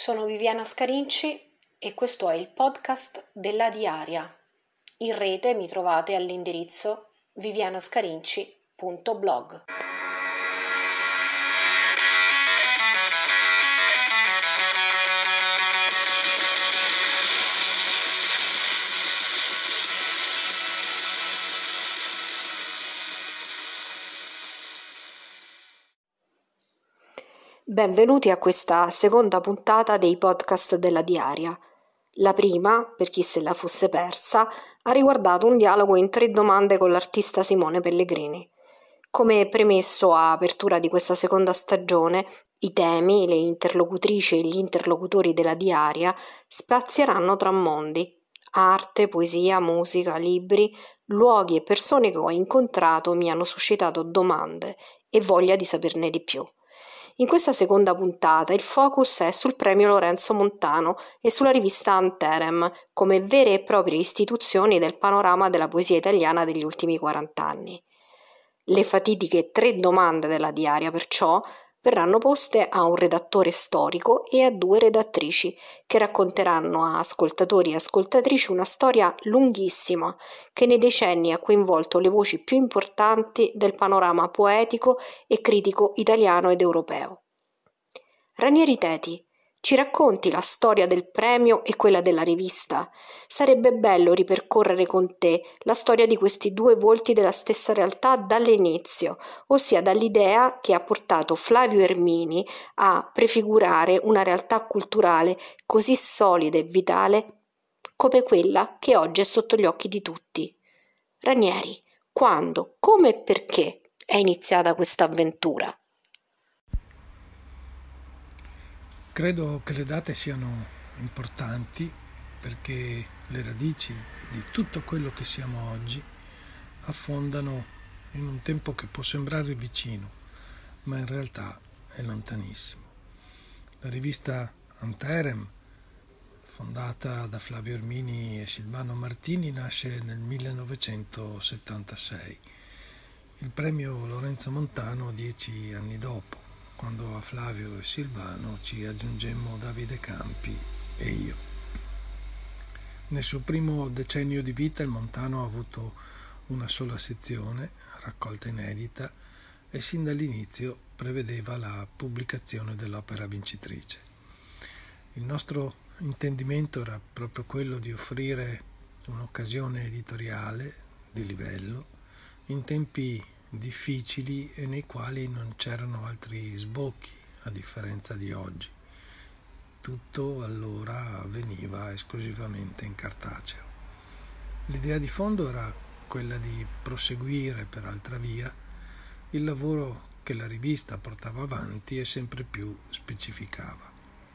Sono Viviana Scarinci e questo è il podcast della Diaria. In rete mi trovate all'indirizzo vivianascarinci.blog. Benvenuti a questa seconda puntata dei podcast della Diaria. La prima, per chi se la fosse persa, ha riguardato un dialogo in 3 domande con l'artista Simone Pellegrini. Come premesso a apertura di questa seconda stagione, i temi, le interlocutrici e gli interlocutori della Diaria spazieranno tra mondi: arte, poesia, musica, libri, luoghi e persone che ho incontrato mi hanno suscitato domande e voglia di saperne di più. In questa seconda puntata il focus è sul premio Lorenzo Montano e sulla rivista Anterem, come vere e proprie istituzioni del panorama della poesia italiana degli ultimi 40 anni. Le fatidiche 3 domande della Diaria, perciò, verranno poste a un redattore storico e a 2 redattrici, che racconteranno a ascoltatori e ascoltatrici una storia lunghissima che nei decenni ha coinvolto le voci più importanti del panorama poetico e critico italiano ed europeo. Ranieri Teti, ci racconti la storia del premio e quella della rivista? Sarebbe bello ripercorrere con te la storia di questi 2 volti della stessa realtà dall'inizio, ossia dall'idea che ha portato Flavio Ermini a prefigurare una realtà culturale così solida e vitale come quella che oggi è sotto gli occhi di tutti. Ranieri, quando, come e perché è iniziata questa avventura? Credo che le date siano importanti perché le radici di tutto quello che siamo oggi affondano in un tempo che può sembrare vicino, ma in realtà è lontanissimo. La rivista Anterem, fondata da Flavio Ermini e Silvano Martini, nasce nel 1976. Il premio Lorenzo Montano 10 anni dopo, quando a Flavio e Silvano ci aggiungemmo Davide Campi e io. Nel suo primo decennio di vita il Montano ha avuto una sola sezione, raccolta inedita, e sin dall'inizio prevedeva la pubblicazione dell'opera vincitrice. Il nostro intendimento era proprio quello di offrire un'occasione editoriale di livello in tempi difficili e nei quali non c'erano altri sbocchi, a differenza di oggi. Tutto allora avveniva esclusivamente in cartaceo. L'idea di fondo era quella di proseguire per altra via il lavoro che la rivista portava avanti e sempre più specificava.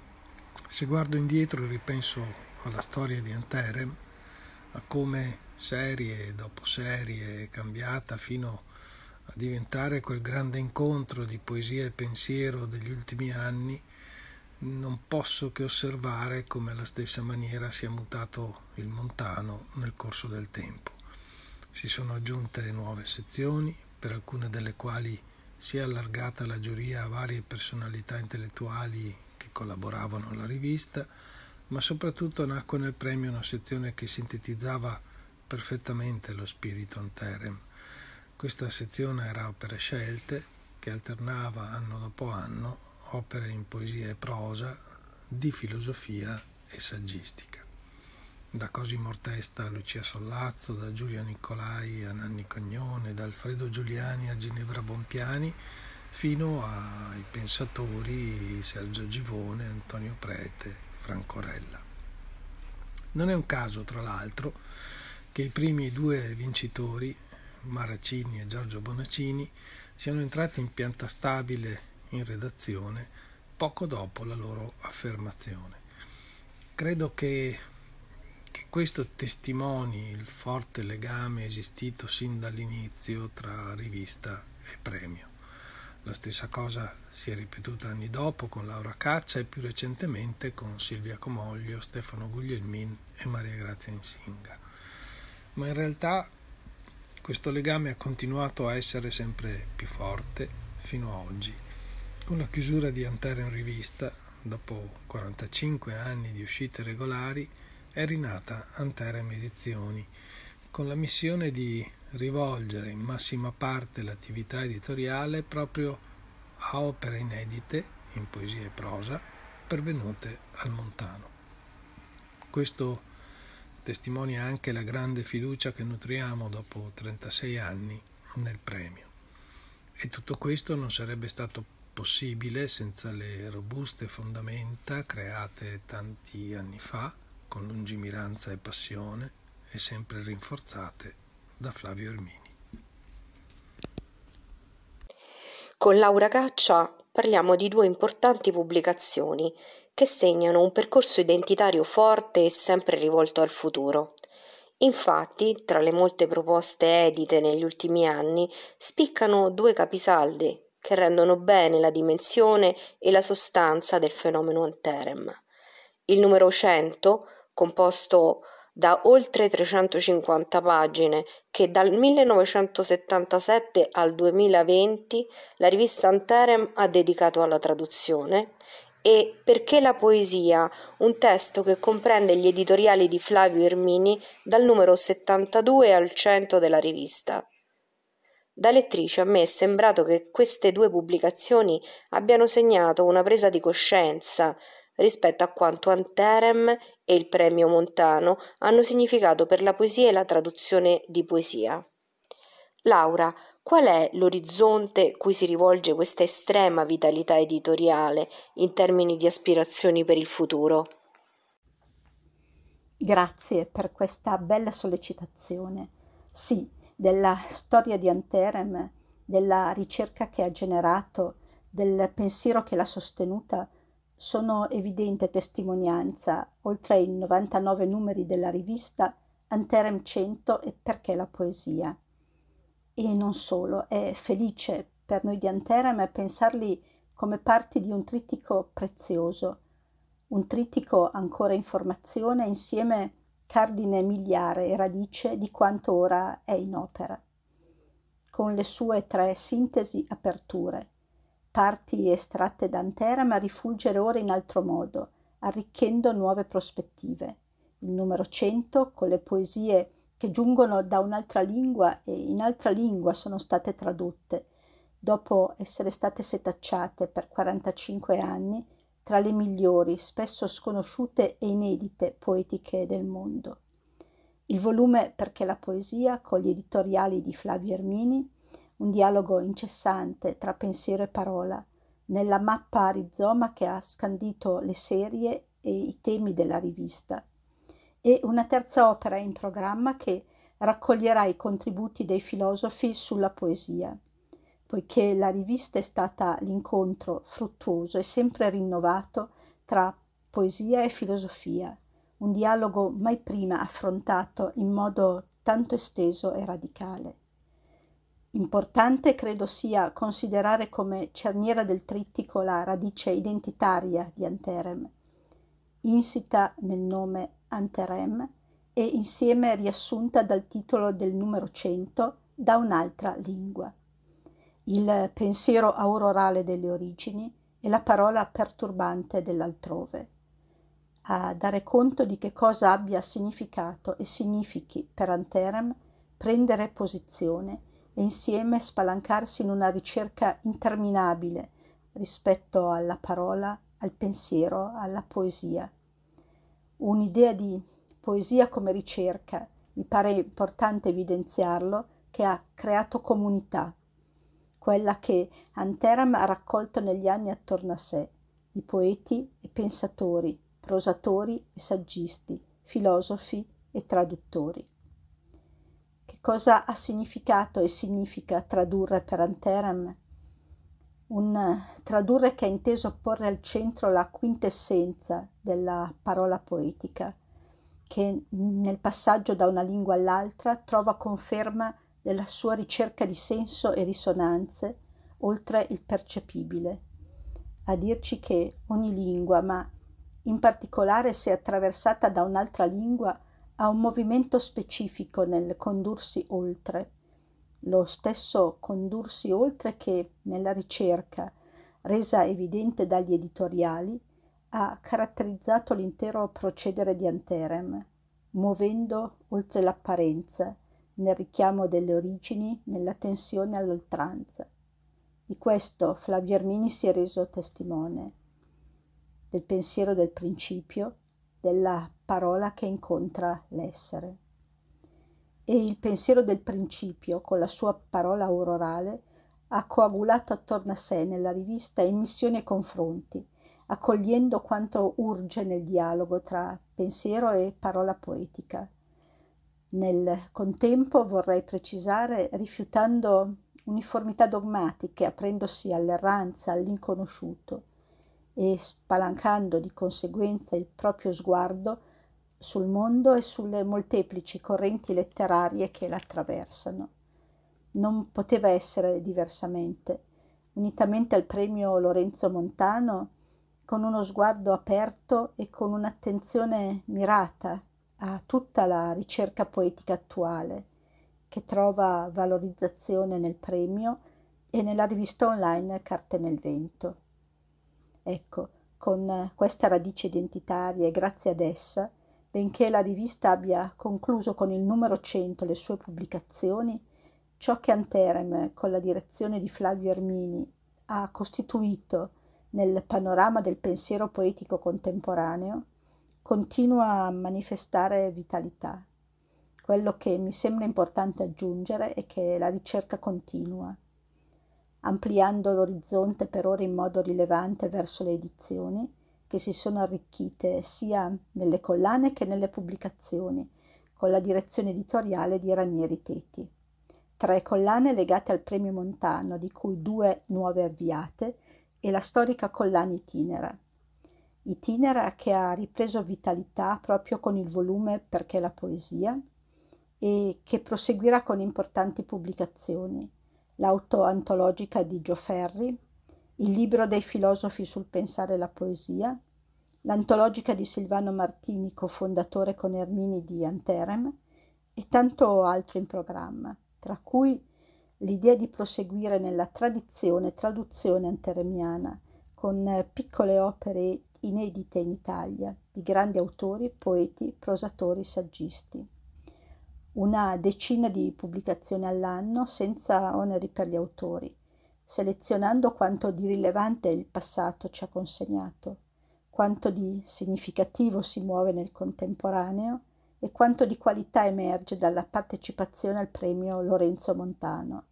Se guardo indietro e ripenso alla storia di Anterem, a come serie dopo serie è cambiata fino a diventare quel grande incontro di poesia e pensiero degli ultimi anni, non posso che osservare come alla stessa maniera sia mutato il Montano nel corso del tempo. Si sono aggiunte nuove sezioni, per alcune delle quali si è allargata la giuria a varie personalità intellettuali che collaboravano alla rivista, ma soprattutto nacque nel premio una sezione che sintetizzava perfettamente lo spirito Anterem. Questa sezione era Opere scelte, che alternava anno dopo anno opere in poesia e prosa, di filosofia e saggistica. Da Cosimo Ortesta a Lucia Sollazzo, da Giulia Nicolai a Nanni Cagnone, da Alfredo Giuliani a Ginevra Bompiani, fino ai pensatori Sergio Givone, Antonio Prete, Franco Rella. Non è un caso, tra l'altro, che i primi 2 vincitori, Maracini e Giorgio Bonaccini, siano entrati in pianta stabile in redazione poco dopo la loro affermazione. Credo che questo testimoni il forte legame esistito sin dall'inizio tra rivista e premio. La stessa cosa si è ripetuta anni dopo con Laura Caccia e più recentemente con Silvia Comoglio, Stefano Guglielmin e Maria Grazia Insinga. Ma in realtà questo legame ha continuato a essere sempre più forte fino a oggi. Con la chiusura di Anterem Rivista dopo 45 anni di uscite regolari, è rinata Anterem Edizioni, con la missione di rivolgere in massima parte l'attività editoriale proprio a opere inedite, in poesia e prosa, pervenute al Montano. Questo testimonia anche la grande fiducia che nutriamo dopo 36 anni nel premio. E tutto questo non sarebbe stato possibile senza le robuste fondamenta create tanti anni fa, con lungimiranza e passione, e sempre rinforzate da Flavio Ermini. Con Laura Caccia parliamo di due importanti pubblicazioni che segnano un percorso identitario forte e sempre rivolto al futuro. Infatti, tra le molte proposte edite negli ultimi anni, spiccano due capisaldi che rendono bene la dimensione e la sostanza del fenomeno Anterem. Il numero 100, composto da oltre 350 pagine, che dal 1977 al 2020 la rivista Anterem ha dedicato alla traduzione, e Perché la poesia, un testo che comprende gli editoriali di Flavio Ermini dal numero 72 al 100 della rivista. Da lettrice a me è sembrato che queste due pubblicazioni abbiano segnato una presa di coscienza rispetto a quanto Anterem e il Premio Montano hanno significato per la poesia e la traduzione di poesia. Laura, qual è l'orizzonte cui si rivolge questa estrema vitalità editoriale in termini di aspirazioni per il futuro? Grazie per questa bella sollecitazione. Sì, della storia di Anterem, della ricerca che ha generato, del pensiero che l'ha sostenuta, sono evidente testimonianza, oltre ai 99 numeri della rivista, Anterem 100 e Perché la poesia. E non solo, è felice per noi di Anterem pensarli come parti di un trittico prezioso, un trittico ancora in formazione, insieme cardine miliare e radice di quanto ora è in opera, con le sue 3 sintesi aperture, parti estratte da Anterem a rifulgere ora in altro modo, arricchendo nuove prospettive. Il numero 100, con le poesie che giungono da un'altra lingua e in altra lingua sono state tradotte, dopo essere state setacciate per 45 anni, tra le migliori, spesso sconosciute e inedite poetiche del mondo. Il volume Perché la poesia, con gli editoriali di Flavio Ermini, un dialogo incessante tra pensiero e parola, nella mappa a rizoma che ha scandito le serie e i temi della rivista, e una terza opera in programma che raccoglierà i contributi dei filosofi sulla poesia, poiché la rivista è stata l'incontro fruttuoso e sempre rinnovato tra poesia e filosofia, un dialogo mai prima affrontato in modo tanto esteso e radicale. Importante credo sia considerare come cerniera del trittico la radice identitaria di Anterem, insita nel nome Anterem e insieme riassunta dal titolo del numero 100 da un'altra lingua. Il pensiero aurorale delle origini e la parola perturbante dell'altrove, a dare conto di che cosa abbia significato e significhi per Anterem prendere posizione e insieme spalancarsi in una ricerca interminabile rispetto alla parola, al pensiero, alla poesia. Un'idea di poesia come ricerca, mi pare importante evidenziarlo, che ha creato comunità, quella che Anterem ha raccolto negli anni attorno a sé, di poeti e pensatori, prosatori e saggisti, filosofi e traduttori. Che cosa ha significato e significa tradurre per Anterem? Un tradurre che ha inteso porre al centro la quintessenza della parola poetica, che nel passaggio da una lingua all'altra trova conferma della sua ricerca di senso e risonanze oltre il percepibile, a dirci che ogni lingua, ma in particolare se attraversata da un'altra lingua, ha un movimento specifico nel condursi oltre, lo stesso condursi oltre che nella ricerca, resa evidente dagli editoriali, ha caratterizzato l'intero procedere di Anterem, muovendo oltre l'apparenza, nel richiamo delle origini, nella tensione all'oltranza. Di questo Flavio Ermini si è reso testimone, del pensiero del principio, della parola che incontra l'essere. E il pensiero del principio, con la sua parola aurorale, ha coagulato attorno a sé nella rivista Immissioni e confronti, accogliendo quanto urge nel dialogo tra pensiero e parola poetica. Nel contempo, vorrei precisare, rifiutando uniformità dogmatiche, aprendosi all'erranza, all'inconosciuto e spalancando di conseguenza il proprio sguardo sul mondo e sulle molteplici correnti letterarie che l'attraversano. Non poteva essere diversamente. Unitamente al premio Lorenzo Montano, con uno sguardo aperto e con un'attenzione mirata a tutta la ricerca poetica attuale, che trova valorizzazione nel premio e nella rivista online Carte nel Vento. Ecco, con questa radice identitaria e grazie ad essa, benché la rivista abbia concluso con il numero 100 le sue pubblicazioni, ciò che Anterem, con la direzione di Flavio Ermini, ha costituito nel panorama del pensiero poetico contemporaneo, continua a manifestare vitalità. Quello che mi sembra importante aggiungere è che la ricerca continua, ampliando l'orizzonte per ora in modo rilevante verso le edizioni, che si sono arricchite sia nelle collane che nelle pubblicazioni, con la direzione editoriale di Ranieri Teti. 3 collane legate al premio Montano, di cui 2 nuove avviate, e la storica collana Itinera. Itinera che ha ripreso vitalità proprio con il volume Perché la poesia e che proseguirà con importanti pubblicazioni, l'auto antologica di Gio Ferri, il libro dei filosofi sul pensare e la poesia, l'antologica di Silvano Martini, cofondatore con Ermini di Anterem, e tanto altro in programma, tra cui l'idea di proseguire nella tradizione e traduzione anteremiana con piccole opere inedite in Italia di grandi autori, poeti, prosatori, saggisti. Una decina di pubblicazioni all'anno senza oneri per gli autori, selezionando quanto di rilevante il passato ci ha consegnato, quanto di significativo si muove nel contemporaneo e quanto di qualità emerge dalla partecipazione al premio Lorenzo Montano,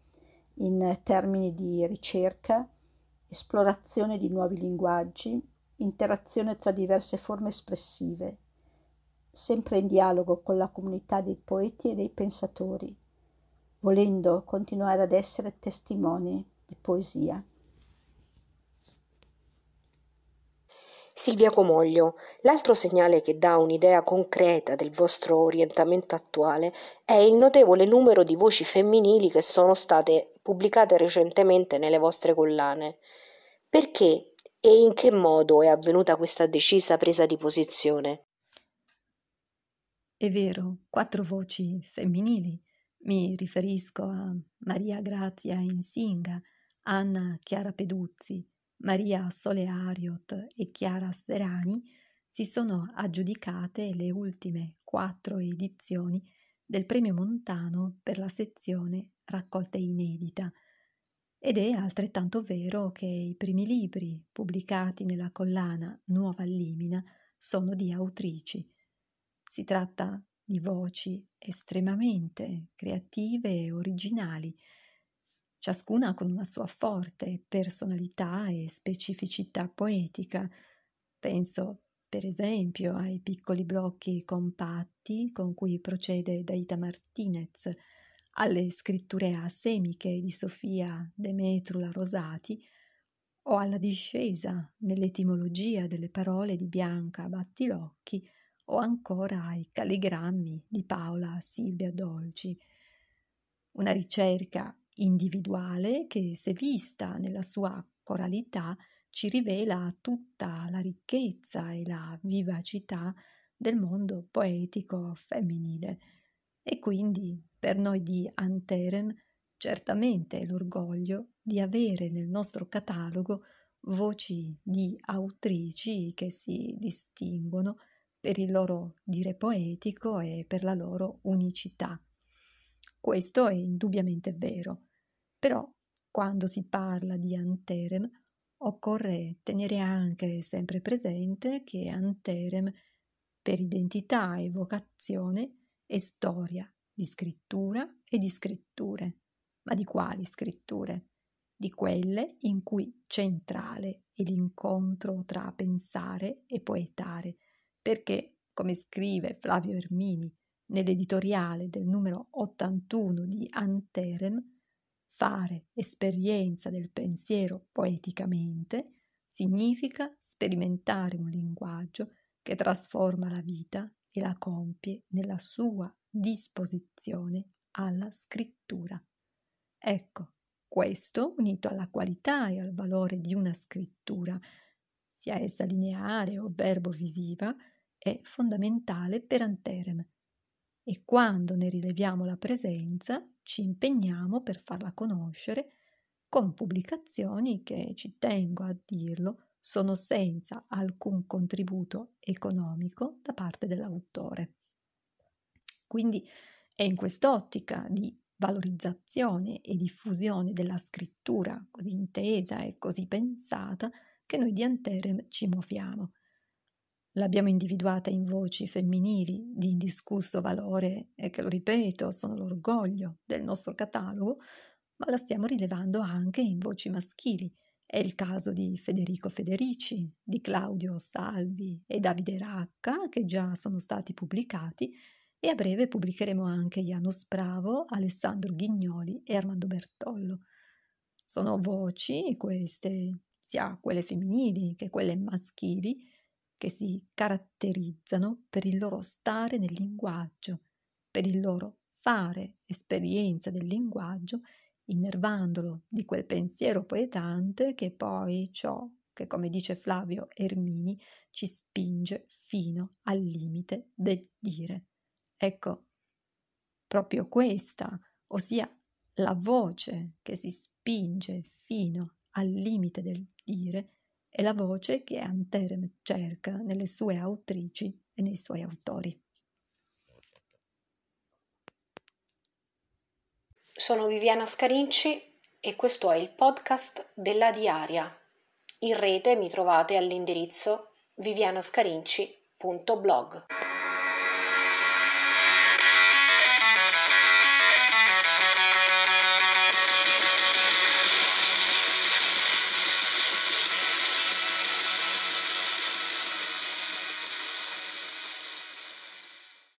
in termini di ricerca, esplorazione di nuovi linguaggi, interazione tra diverse forme espressive, sempre in dialogo con la comunità dei poeti e dei pensatori, volendo continuare ad essere testimoni di poesia. Silvia Comoglio, l'altro segnale che dà un'idea concreta del vostro orientamento attuale è il notevole numero di voci femminili che sono state pubblicate recentemente nelle vostre collane. Perché e in che modo è avvenuta questa decisa presa di posizione? È vero, 4 voci femminili. Mi riferisco a Maria Grazia Insinga, Anna Chiara Peduzzi, Maria Sole Ariot e Chiara Serani si sono aggiudicate le ultime 4 edizioni del Premio Montano per la sezione Raccolte inedita. Ed è altrettanto vero che i primi libri pubblicati nella collana Nuova Limina sono di autrici. Si tratta di voci estremamente creative e originali, ciascuna con una sua forte personalità e specificità poetica. Penso, per esempio, ai piccoli blocchi compatti con cui procede Daita Martinez, alle scritture asemiche di Sofia Demetrula Rosati o alla discesa nell'etimologia delle parole di Bianca Battilocchi o ancora ai calligrammi di Paola Silvia Dolci. Una ricerca individuale che, se vista nella sua coralità, ci rivela tutta la ricchezza e la vivacità del mondo poetico femminile. E quindi per noi di Anterem certamente l'orgoglio di avere nel nostro catalogo voci di autrici che si distinguono per il loro dire poetico e per la loro unicità. Questo è indubbiamente vero, però quando si parla di Anterem occorre tenere anche sempre presente che Anterem, per identità e vocazione, è storia di scrittura e di scritture. Ma di quali scritture? Di quelle in cui centrale è l'incontro tra pensare e poetare, perché, come scrive Flavio Ermini nell'editoriale del numero 81 di Anterem, fare esperienza del pensiero poeticamente significa sperimentare un linguaggio che trasforma la vita e la compie nella sua disposizione alla scrittura. Ecco, questo, unito alla qualità e al valore di una scrittura, sia essa lineare o verbo-visiva, è fondamentale per Anterem. E quando ne rileviamo la presenza, ci impegniamo per farla conoscere con pubblicazioni che, ci tengo a dirlo, sono senza alcun contributo economico da parte dell'autore. Quindi è in quest'ottica di valorizzazione e diffusione della scrittura così intesa e così pensata che noi di Anterem ci muoviamo. L'abbiamo individuata in voci femminili di indiscusso valore e che, lo ripeto, sono l'orgoglio del nostro catalogo, ma la stiamo rilevando anche in voci maschili. È il caso di Federico Federici, di Claudio Salvi e Davide Racca, che già sono stati pubblicati, e a breve pubblicheremo anche Janus Bravo, Alessandro Ghignoli e Armando Bertollo. Sono voci, queste, sia quelle femminili che quelle maschili, che si caratterizzano per il loro stare nel linguaggio, per il loro fare esperienza del linguaggio, innervandolo di quel pensiero poetante che poi ciò che, come dice Flavio Ermini, ci spinge fino al limite del dire. Ecco, proprio questa, ossia la voce che si spinge fino al limite del dire, è la voce che Anterem cerca nelle sue autrici e nei suoi autori. Sono Viviana Scarinci e questo è il podcast della Diaria. In rete mi trovate all'indirizzo vivianascarinci.blog.